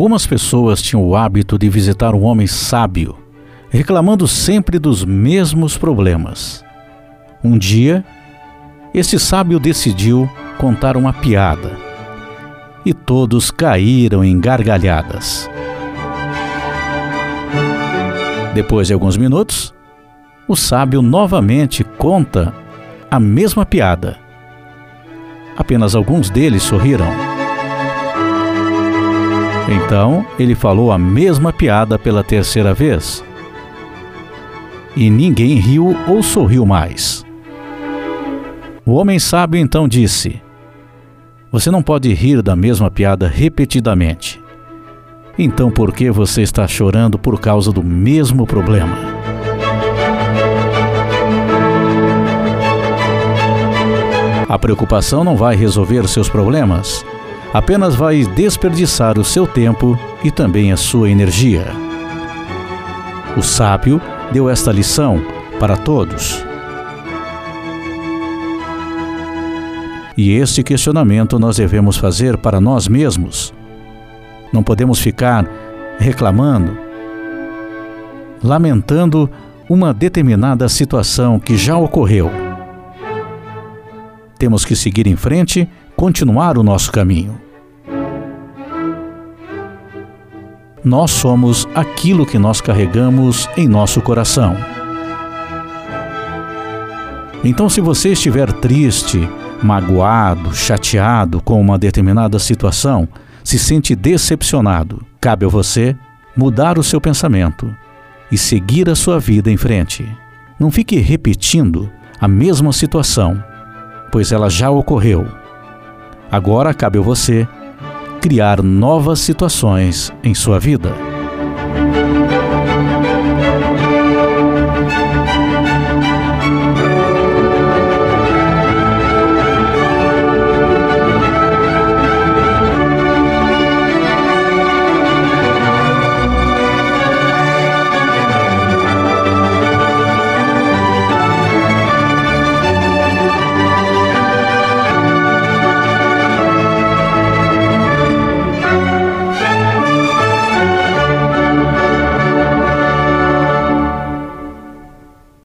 Algumas pessoas tinham o hábito de visitar um homem sábio, reclamando sempre dos mesmos problemas. Um dia, esse sábio decidiu contar uma piada e todos caíram em gargalhadas. Depois de alguns minutos, o sábio novamente conta a mesma piada. Apenas alguns deles sorriram. Então, ele falou a mesma piada pela terceira vez. E ninguém riu ou sorriu mais. O homem sábio então disse: "Você não pode rir da mesma piada repetidamente. Então por que você está chorando por causa do mesmo problema?" A preocupação não vai resolver seus problemas, apenas vai desperdiçar o seu tempo e também a sua energia. O sábio deu esta lição para todos. E este questionamento nós devemos fazer para nós mesmos. Não podemos ficar reclamando, lamentando uma determinada situação que já ocorreu. Temos que seguir em frente, continuar o nosso caminho. Nós somos aquilo que nós carregamos em nosso coração. Então, se você estiver triste, magoado, chateado com uma determinada situação, se sente decepcionado, cabe a você mudar o seu pensamento e seguir a sua vida em frente. Não fique repetindo a mesma situação, pois ela já ocorreu. Agora cabe a você criar novas situações em sua vida.